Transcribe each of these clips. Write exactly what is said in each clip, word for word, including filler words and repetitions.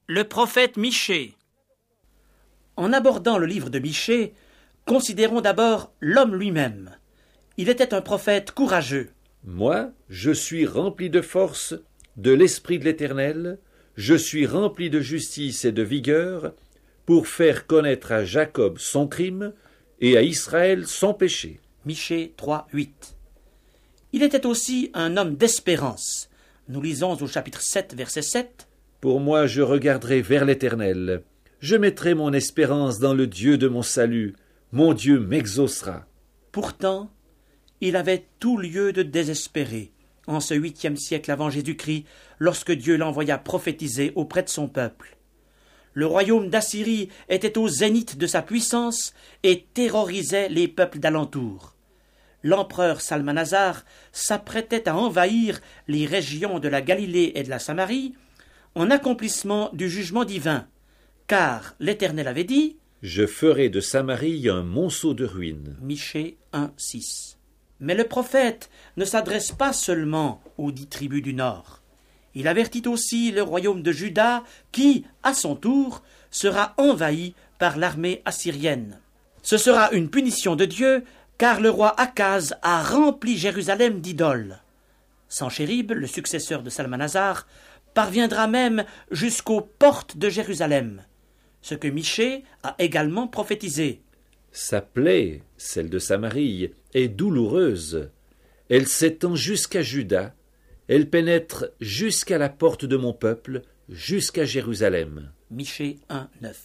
Le prophète Michée. En abordant le livre de Michée, considérons d'abord l'homme lui-même. Il était un prophète courageux. Moi, je suis rempli de force, de l'esprit de l'Éternel, je suis rempli de justice et de vigueur, pour faire connaître à Jacob son crime et à Israël son péché. Michée trois, huit. Il était aussi un homme d'espérance. Nous lisons au chapitre sept, verset sept. Pour moi, je regarderai vers l'Éternel. Je mettrai mon espérance dans le Dieu de mon salut. Mon Dieu m'exaucera. Pourtant, il avait tout lieu de désespérer en ce huitième siècle avant Jésus-Christ, lorsque Dieu l'envoya prophétiser auprès de son peuple. Le royaume d'Assyrie était au zénith de sa puissance et terrorisait les peuples d'alentour. L'empereur Salmanasar s'apprêtait à envahir les régions de la Galilée et de la Samarie en accomplissement du jugement divin, car l'Éternel avait dit « Je ferai de Samarie un monceau de ruines. » Michée un, six. Mais le prophète ne s'adresse pas seulement aux dix tribus du Nord. Il avertit aussi le royaume de Juda qui, à son tour, sera envahi par l'armée assyrienne. Ce sera une punition de Dieu, car le roi Akaz a rempli Jérusalem d'idoles. Sanchérib, le successeur de Salmanasar, parviendra même jusqu'aux portes de Jérusalem, ce que Michée a également prophétisé. Sa plaie, celle de Samarie, est douloureuse. Elle s'étend jusqu'à Juda, elle pénètre jusqu'à la porte de mon peuple, jusqu'à Jérusalem. Michée un, neuf.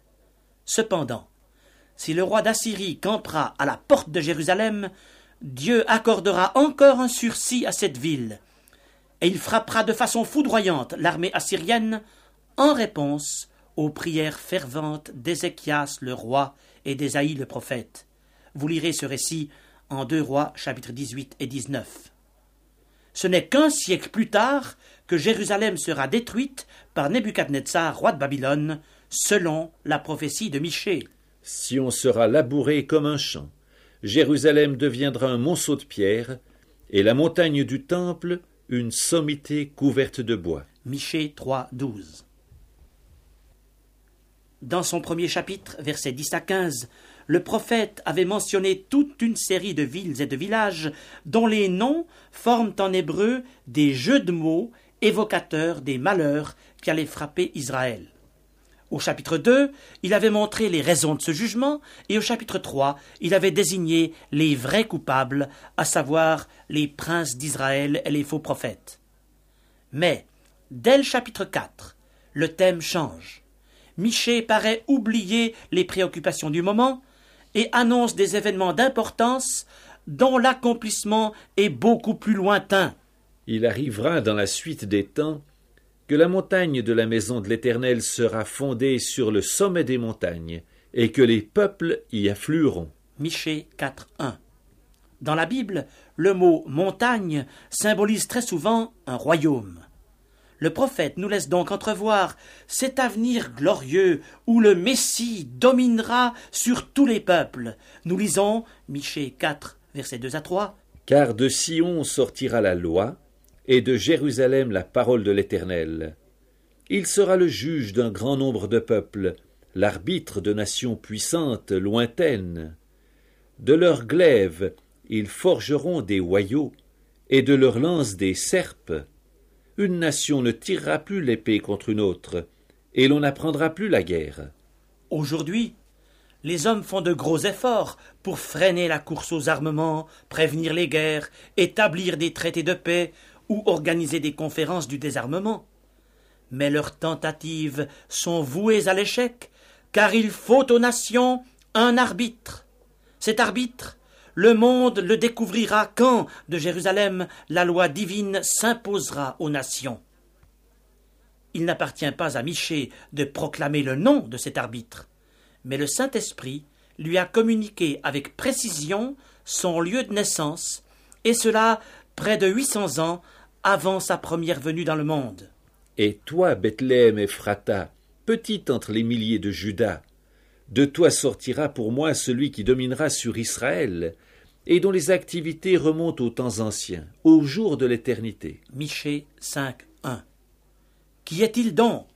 Cependant, si le roi d'Assyrie campera à la porte de Jérusalem, Dieu accordera encore un sursis à cette ville, et il frappera de façon foudroyante l'armée assyrienne en réponse aux prières ferventes d'Ézéchias le roi et d'Ésaïe le prophète. Vous lirez ce récit en deux Rois, chapitres dix-huit et dix-neuf. Ce n'est qu'un siècle plus tard que Jérusalem sera détruite par Nebuchadnezzar, roi de Babylone, selon la prophétie de Michée. Sion sera labouré comme un champ, Jérusalem deviendra un monceau de pierre, et la montagne du temple une sommité couverte de bois. Michée trois, douze. Dans son premier chapitre, versets dix à quinze, le prophète avait mentionné toute une série de villes et de villages dont les noms forment en hébreu des jeux de mots évocateurs des malheurs qui allaient frapper Israël. Au chapitre deux, il avait montré les raisons de ce jugement, et au chapitre trois, il avait désigné les vrais coupables, à savoir les princes d'Israël et les faux prophètes. Mais, dès le chapitre quatre, le thème change. Michée paraît oublier les préoccupations du moment et annonce des événements d'importance dont l'accomplissement est beaucoup plus lointain. Il arrivera dans la suite des temps que la montagne de la maison de l'Éternel sera fondée sur le sommet des montagnes, et que les peuples y afflueront. Michée quatre, un. Dans la Bible, le mot « montagne » symbolise très souvent un royaume. Le prophète nous laisse donc entrevoir cet avenir glorieux où le Messie dominera sur tous les peuples. Nous lisons Michée quatre, versets deux à trois. « Car de Sion sortira la loi, et de Jérusalem la parole de l'Éternel. Il sera le juge d'un grand nombre de peuples, l'arbitre de nations puissantes, lointaines. De leurs glaives, ils forgeront des hoyaux, et de leurs lances des serpes. Une nation ne tirera plus l'épée contre une autre, et l'on n'apprendra plus la guerre. » Aujourd'hui, les hommes font de gros efforts pour freiner la course aux armements, prévenir les guerres, établir des traités de paix ou organiser des conférences du désarmement. Mais leurs tentatives sont vouées à l'échec, car il faut aux nations un arbitre. Cet arbitre, le monde le découvrira quand, de Jérusalem, la loi divine s'imposera aux nations. Il n'appartient pas à Michée de proclamer le nom de cet arbitre, mais le Saint-Esprit lui a communiqué avec précision son lieu de naissance, et cela près de huit cents ans avant sa première venue dans le monde. Et toi, Bethléem Ephrata, petite entre les milliers de Juda, de toi sortira pour moi celui qui dominera sur Israël, et dont les activités remontent aux temps anciens, aux jours de l'éternité. Michée cinq, un. Qui est-il donc,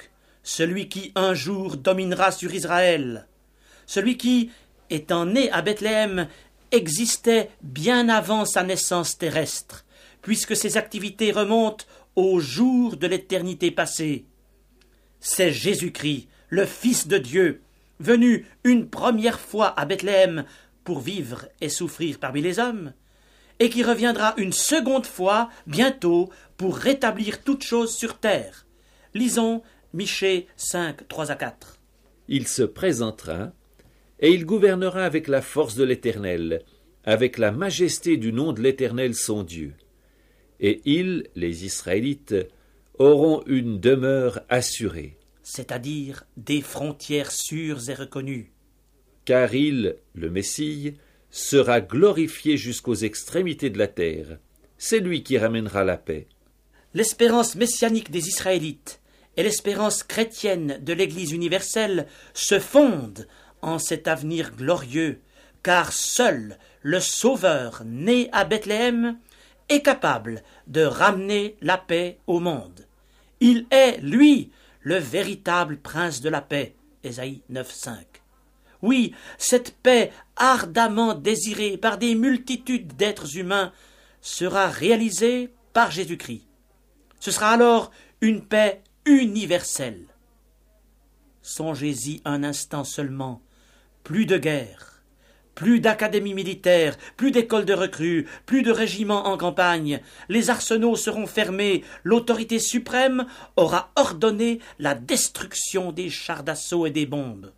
celui qui un jour dominera sur Israël, celui qui, étant né à Bethléem, existait bien avant sa naissance terrestre, puisque ses activités remontent au jour de l'éternité passée. C'est Jésus-Christ, le Fils de Dieu, venu une première fois à Bethléem pour vivre et souffrir parmi les hommes, et qui reviendra une seconde fois bientôt pour rétablir toutes choses sur terre. Lisons Michée cinq, trois à quatre. Il se présentera, et il gouvernera avec la force de l'Éternel, avec la majesté du nom de l'Éternel son Dieu. Et ils, les Israélites, auront une demeure assurée. C'est-à-dire des frontières sûres et reconnues. Car il, le Messie, sera glorifié jusqu'aux extrémités de la terre. C'est lui qui ramènera la paix. L'espérance messianique des Israélites et l'espérance chrétienne de l'Église universelle se fondent en cet avenir glorieux, car seul le Sauveur né à Bethléem est capable de ramener la paix au monde. Il est, lui, le véritable prince de la paix. Ésaïe neuf, cinq. Oui, cette paix ardemment désirée par des multitudes d'êtres humains sera réalisée par Jésus-Christ. Ce sera alors une paix universelle. Songez-y un instant seulement. Plus de guerre, plus d'académies militaires, plus d'écoles de recrues, plus de régiments en campagne. Les arsenaux seront fermés. L'autorité suprême aura ordonné la destruction des chars d'assaut et des bombes.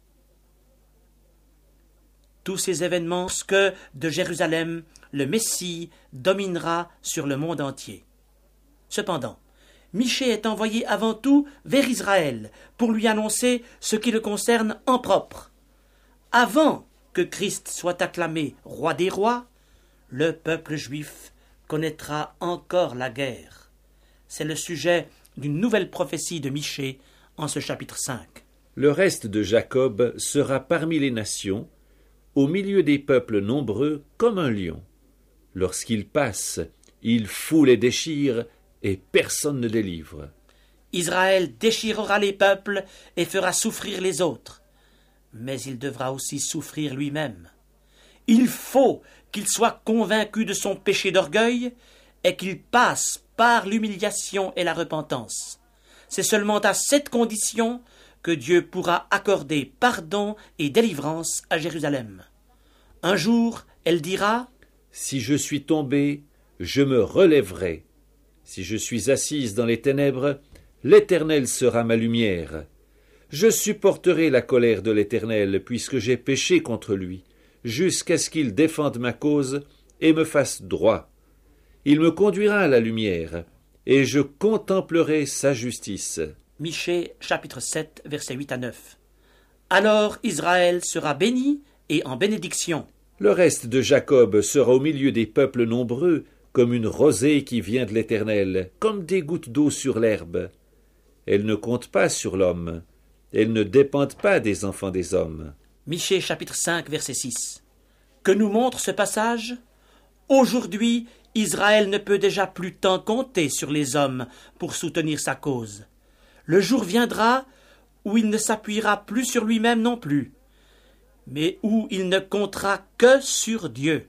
Tous ces événements que, de Jérusalem, le Messie dominera sur le monde entier. Cependant, Michée est envoyé avant tout vers Israël pour lui annoncer ce qui le concerne en propre. Avant que Christ soit acclamé roi des rois, le peuple juif connaîtra encore la guerre. C'est le sujet d'une nouvelle prophétie de Michée en ce chapitre cinq. Le reste de Jacob sera parmi les nations, au milieu des peuples nombreux comme un lion. Lorsqu'il passe, il foule et déchire, et personne ne délivre. Israël déchirera les peuples et fera souffrir les autres. Mais il devra aussi souffrir lui-même. Il faut qu'il soit convaincu de son péché d'orgueil et qu'il passe par l'humiliation et la repentance. C'est seulement à cette condition que Dieu pourra accorder pardon et délivrance à Jérusalem. Un jour, elle dira : « Si je suis tombé, je me relèverai. Si je suis assise dans les ténèbres, l'Éternel sera ma lumière. Je supporterai la colère de l'Éternel, puisque j'ai péché contre lui, jusqu'à ce qu'il défende ma cause et me fasse droit. Il me conduira à la lumière, et je contemplerai sa justice. » Michée, chapitre sept, versets huit à neuf. Alors Israël sera béni et en bénédiction. Le reste de Jacob sera au milieu des peuples nombreux, comme une rosée qui vient de l'Éternel, comme des gouttes d'eau sur l'herbe. Elle ne compte pas sur l'homme. Elles ne dépendent pas des enfants des hommes. Michée chapitre cinq verset six. Que nous montre ce passage ? Aujourd'hui, Israël ne peut déjà plus tant compter sur les hommes pour soutenir sa cause. Le jour viendra où il ne s'appuiera plus sur lui-même non plus, mais où il ne comptera que sur Dieu.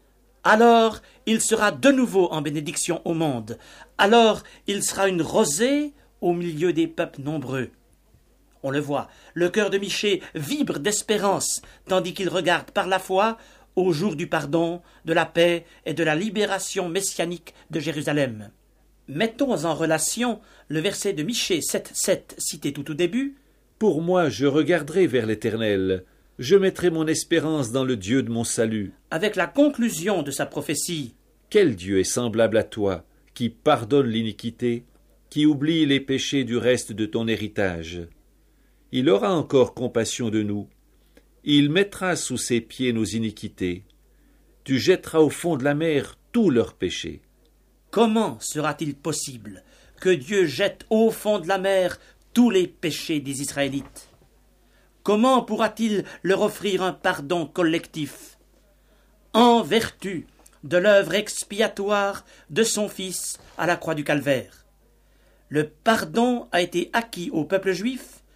Alors il sera de nouveau en bénédiction au monde. Alors il sera une rosée au milieu des peuples nombreux. On le voit, le cœur de Michée vibre d'espérance, tandis qu'il regarde par la foi au jour du pardon, de la paix et de la libération messianique de Jérusalem. Mettons en relation le verset de Michée sept sept cité tout au début. « Pour moi, je regarderai vers l'Éternel, je mettrai mon espérance dans le Dieu de mon salut. » Avec la conclusion de sa prophétie. « Quel Dieu est semblable à toi, qui pardonne l'iniquité, qui oublie les péchés du reste de ton héritage. Il aura encore compassion de nous. Il mettra sous ses pieds nos iniquités. Tu jetteras au fond de la mer tous leurs péchés. » Comment sera-t-il possible que Dieu jette au fond de la mer tous les péchés des Israélites ? Comment pourra-t-il leur offrir un pardon collectif ? En vertu de l'œuvre expiatoire de son Fils à la croix du Calvaire. Le pardon a été acquis au peuple juif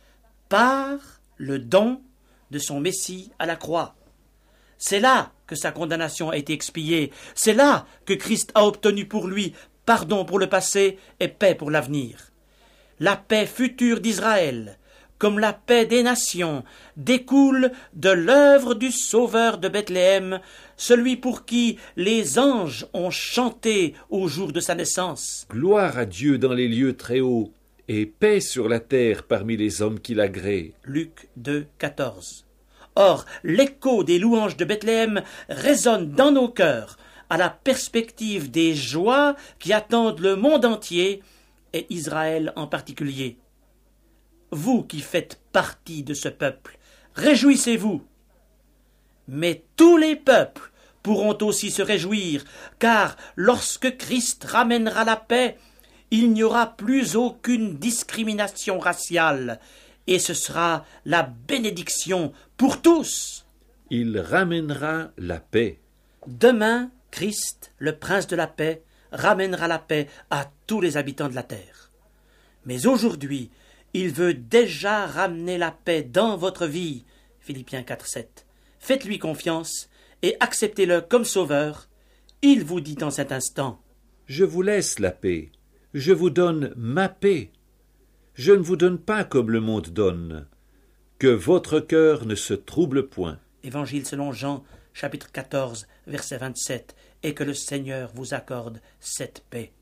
par le don de son Messie à la croix. C'est là que sa condamnation a été expiée, c'est là que Christ a obtenu pour lui pardon pour le passé et paix pour l'avenir. La paix future d'Israël, comme la paix des nations, découle de l'œuvre du Sauveur de Bethléem, celui pour qui les anges ont chanté au jour de sa naissance. Gloire à Dieu dans les lieux très hauts, et paix sur la terre parmi les hommes qui l'agréent. Luc deux, quatorze. Or, l'écho des louanges de Bethléem résonne dans nos cœurs à la perspective des joies qui attendent le monde entier et Israël en particulier. Vous qui faites partie de ce peuple, réjouissez-vous. Mais tous les peuples pourront aussi se réjouir, car lorsque Christ ramènera la paix, il n'y aura plus aucune discrimination raciale, et ce sera la bénédiction pour tous. Il ramènera la paix. Demain, Christ, le prince de la paix, ramènera la paix à tous les habitants de la terre. Mais aujourd'hui, il veut déjà ramener la paix dans votre vie. Philippiens quatre, sept. Faites-lui confiance et acceptez-le comme sauveur. Il vous dit en cet instant: Je vous laisse la paix, je vous donne ma paix. Je ne vous donne pas comme le monde donne. Que votre cœur ne se trouble point. Évangile selon Jean, chapitre quatorze, verset vingt-sept. Et que le Seigneur vous accorde cette paix.